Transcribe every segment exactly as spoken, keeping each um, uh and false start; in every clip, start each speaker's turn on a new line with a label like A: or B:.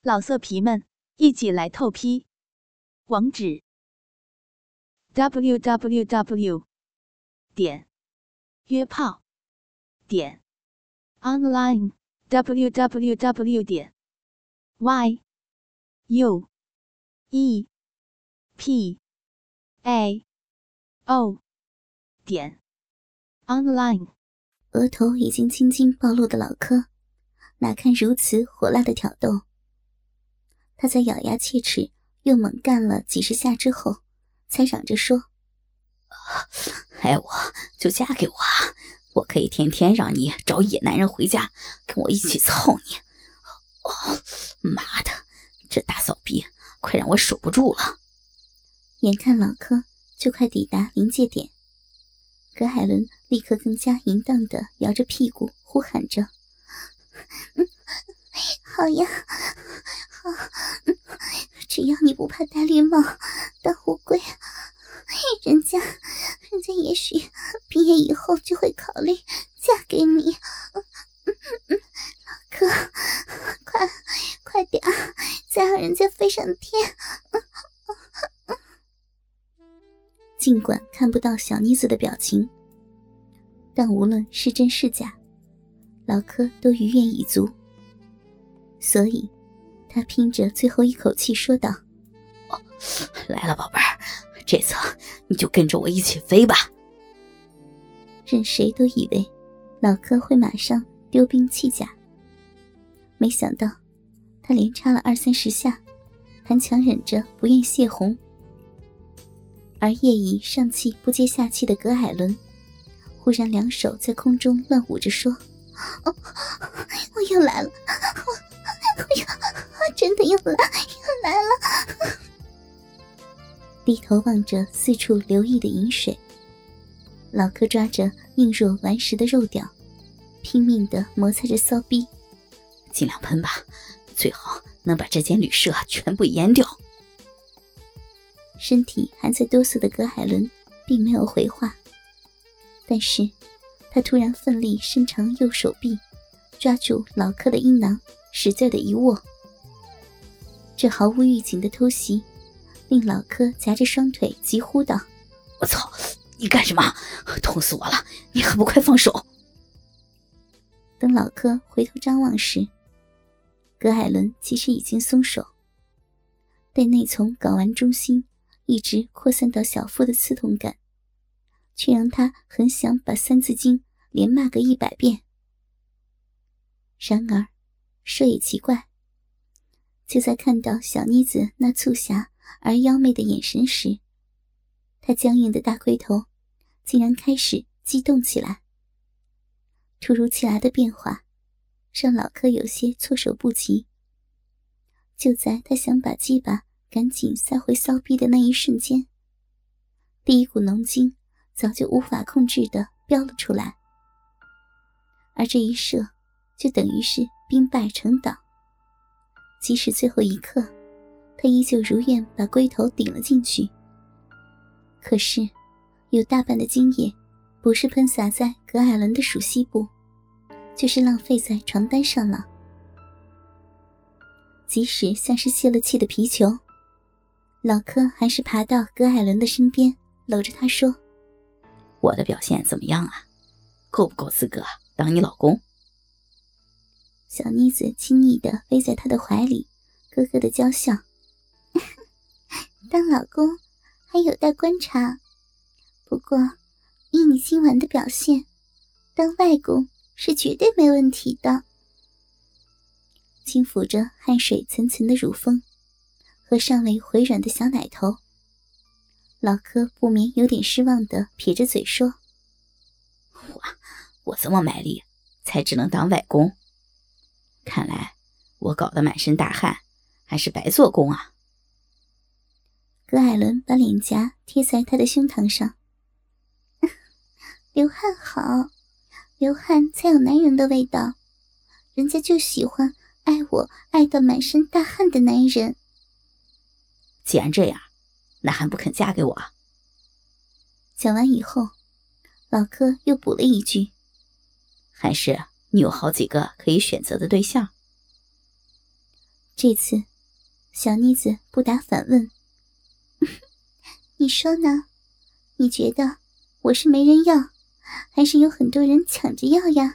A: 老色皮们，一起来透批！网址 ：double u double u double u 点约炮点 online double u double u double u 点 y u e p a o 点 online。
B: 额头已经青筋暴露的老柯，哪堪如此火辣的挑逗？他在咬牙切齿又猛干了几十下之后，才嚷着说：“
C: 爱我就嫁给我，我可以天天让你找野男人回家，跟我一起操你。哦，妈的，这大骚逼快让我守不住了！”
B: 眼看老柯就快抵达临界点，葛海伦立刻更加淫荡地摇着屁股呼喊着：“嗯，好呀，好，嗯，只要你不怕戴绿帽当乌龟，人家人家也许毕业以后就会考虑嫁给你。嗯嗯嗯，老柯，快快点，再让人家飞上天。嗯嗯”尽管看不到小妮子的表情，但无论是真是假，老柯都于愿已足，所以他拼着最后一口气说道：“
C: 哦，来了，宝贝儿，这次你就跟着我一起飞吧。”
B: 任谁都以为老柯会马上丢兵弃甲，没想到他连插了二三十下，还强忍着不愿泄洪。而夜已上气不接下气的葛海伦忽然两手在空中乱舞着说：“哦，我又来了，我我又我真的又来又来了。”低头望着四处流溢的饮水，老柯抓着硬若顽石的肉屌，拼命地摩擦着骚逼，
C: 尽量喷吧，最好能把这间旅社全部淹掉。
B: 身体还在哆嗦的葛海伦并没有回话，但是他突然奋力伸长右手臂，抓住老柯的阴囊，使劲的一握。这毫无预警的偷袭令老柯夹着双腿急呼道：“
C: 我操，你干什么？痛死我了，你还不快放手！”
B: 等老柯回头张望时，葛海伦其实已经松手，但内从睾丸中心一直扩散到小腹的刺痛感，却让他很想把三字经连骂个一百遍。然而说也奇怪，就在看到小妮子那促狭而妖媚的眼神时，他僵硬的大龟头竟然开始激动起来。突如其来的变化让老柯有些措手不及，就在他想把鸡巴赶紧塞回骚逼的那一瞬间，第一股浓精早就无法控制地飙了出来，而这一射就等于是兵败城倒。即使最后一刻他依旧如愿把龟头顶了进去，可是有大半的精液不是喷洒在葛海伦的属西部，就是浪费在床单上了。即使像是泄了气的皮球，老柯还是爬到葛海伦的身边，搂着她说：“
C: 我的表现怎么样啊？够不够资格当你老公？”
B: 小妮子亲昵地偎在他的怀里，咯咯地娇笑：“当老公还有待观察，不过依你今晚的表现，当外公是绝对没问题的。”轻抚着汗水涔涔的乳峰和尚未回软的小奶头，老柯不免有点失望地撇着嘴说：“
C: 我我这么卖力才只能当外公，看来我搞得满身大汗还是白做工啊。”
B: 葛海伦把脸颊贴在他的胸膛上：“流汗好，流汗才有男人的味道，人家就喜欢爱我爱到满身大汗的男人。”
C: 既然这样，那还不肯嫁给我？
B: 讲完以后，老柯又补了一句：“
C: 还是你有好几个可以选择的对象？”
B: 这次小妮子不答反问：“你说呢？你觉得我是没人要，还是有很多人抢着要呀？”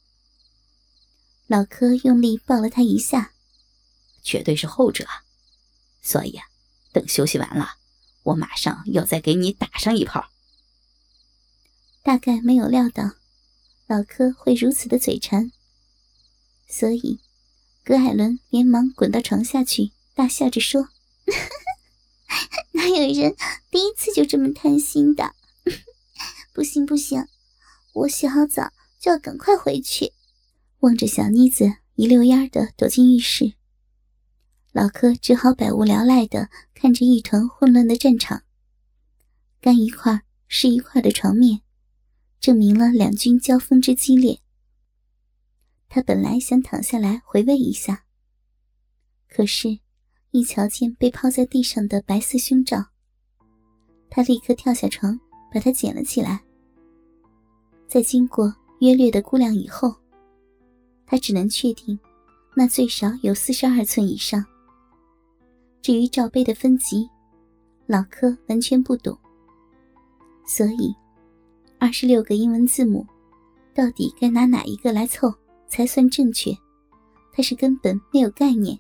B: 老柯用力抱了他一下：“
C: 绝对是后者啊！所以啊，等休息完了，我马上要再给你打上一炮。”
B: 大概没有料到老柯会如此的嘴馋，所以葛海伦连忙滚到床下去，大笑着说：“哪有人第一次就这么贪心的？不行不行，我洗好澡就要赶快回去。”望着小妮子一溜烟的躲进浴室，老柯只好百无聊赖的看着一团混乱的战场。干一块是一块的床面，证明了两军交锋之激烈。他本来想躺下来回味一下，可是一瞧见被抛在地上的白色胸罩，他立刻跳下床把它捡了起来。在经过约略的估量以后，他只能确定那最少有四十二寸以上。至于罩杯的分级，老柯完全不懂，所以二十六个英文字母到底该拿哪一个来凑才算正确，他是根本没有概念。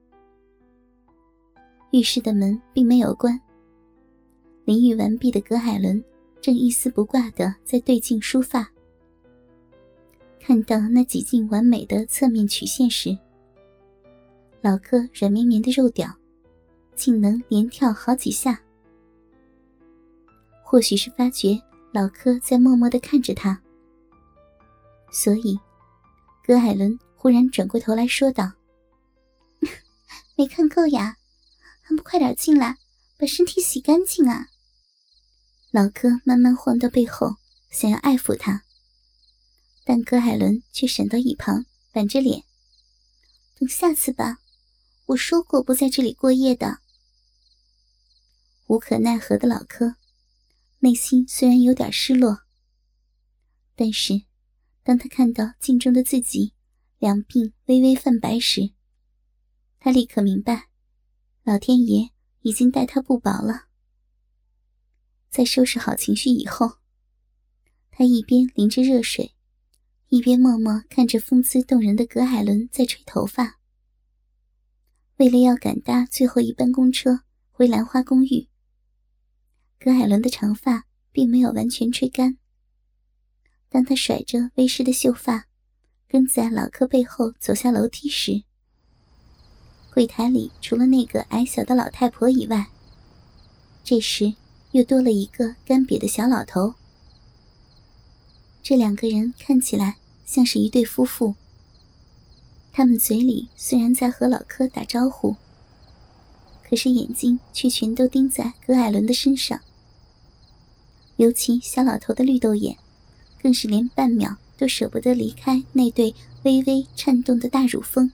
B: 浴室的门并没有关，淋浴完毕的葛海伦正一丝不挂地在对镜梳发。看到那几近完美的侧面曲线时，老柯软绵绵的肉屌竟能连跳好几下。或许是发觉老柯在默默地看着他，所以葛海伦忽然转过头来说道：“没看够呀，还不快点进来把身体洗干净啊！”老柯慢慢晃到背后，想要爱抚他，但葛海伦却闪到一旁，板着脸：“等下次吧，我说过不在这里过夜的。”无可奈何的老柯内心虽然有点失落，但是当他看到镜中的自己两鬓微微泛白时，他立刻明白老天爷已经待他不薄了。在收拾好情绪以后，他一边淋着热水，一边默默看着风姿动人的葛海伦在吹头发。为了要赶搭最后一班公车回兰花公寓，葛海伦的长发并没有完全吹干。当他甩着微湿的秀发跟在老柯背后走下楼梯时，柜台里除了那个矮小的老太婆以外，这时又多了一个干瘪的小老头。这两个人看起来像是一对夫妇，他们嘴里虽然在和老柯打招呼，可是眼睛却全都盯在葛海伦的身上。尤其小老头的绿豆眼更是连半秒都舍不得离开那对微微颤动的大乳峰。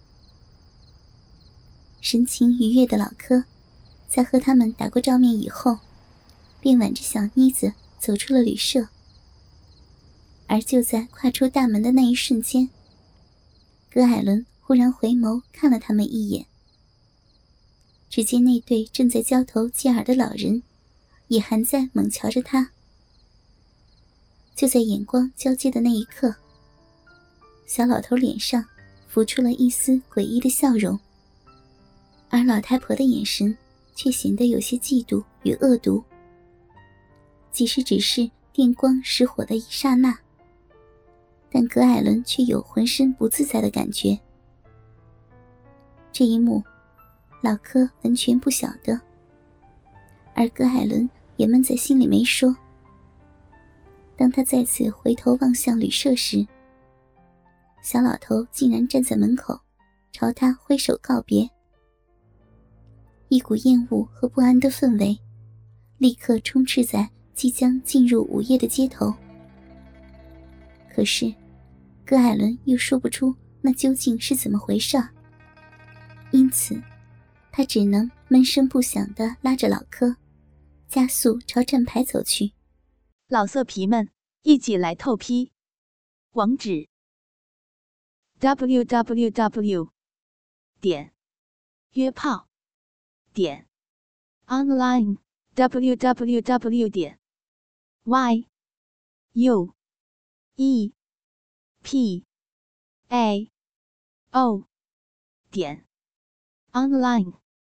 B: 神情愉悦的老柯在和他们打过照面以后，便挽着小妮子走出了旅社。而就在跨出大门的那一瞬间，葛海伦忽然回眸看了他们一眼。只见那对正在交头接耳的老人也还在猛瞧着他。就在眼光交接的那一刻，小老头脸上浮出了一丝诡异的笑容，而老太婆的眼神却显得有些嫉妒与恶毒。即使只是电光石火的一刹那，但葛海伦却有浑身不自在的感觉。这一幕老柯完全不晓得，而葛海伦也闷在心里没说。当他再次回头望向旅社时，小老头竟然站在门口朝他挥手告别。一股厌恶和不安的氛围立刻充斥在即将进入午夜的街头。可是葛海伦又说不出那究竟是怎么回事，因此他只能闷声不响地拉着老柯加速朝站牌走去。
A: 老色皮们，一起来透批！网址 ：double u double u double u 点约炮点 online www 点 y u e p a o 点 online。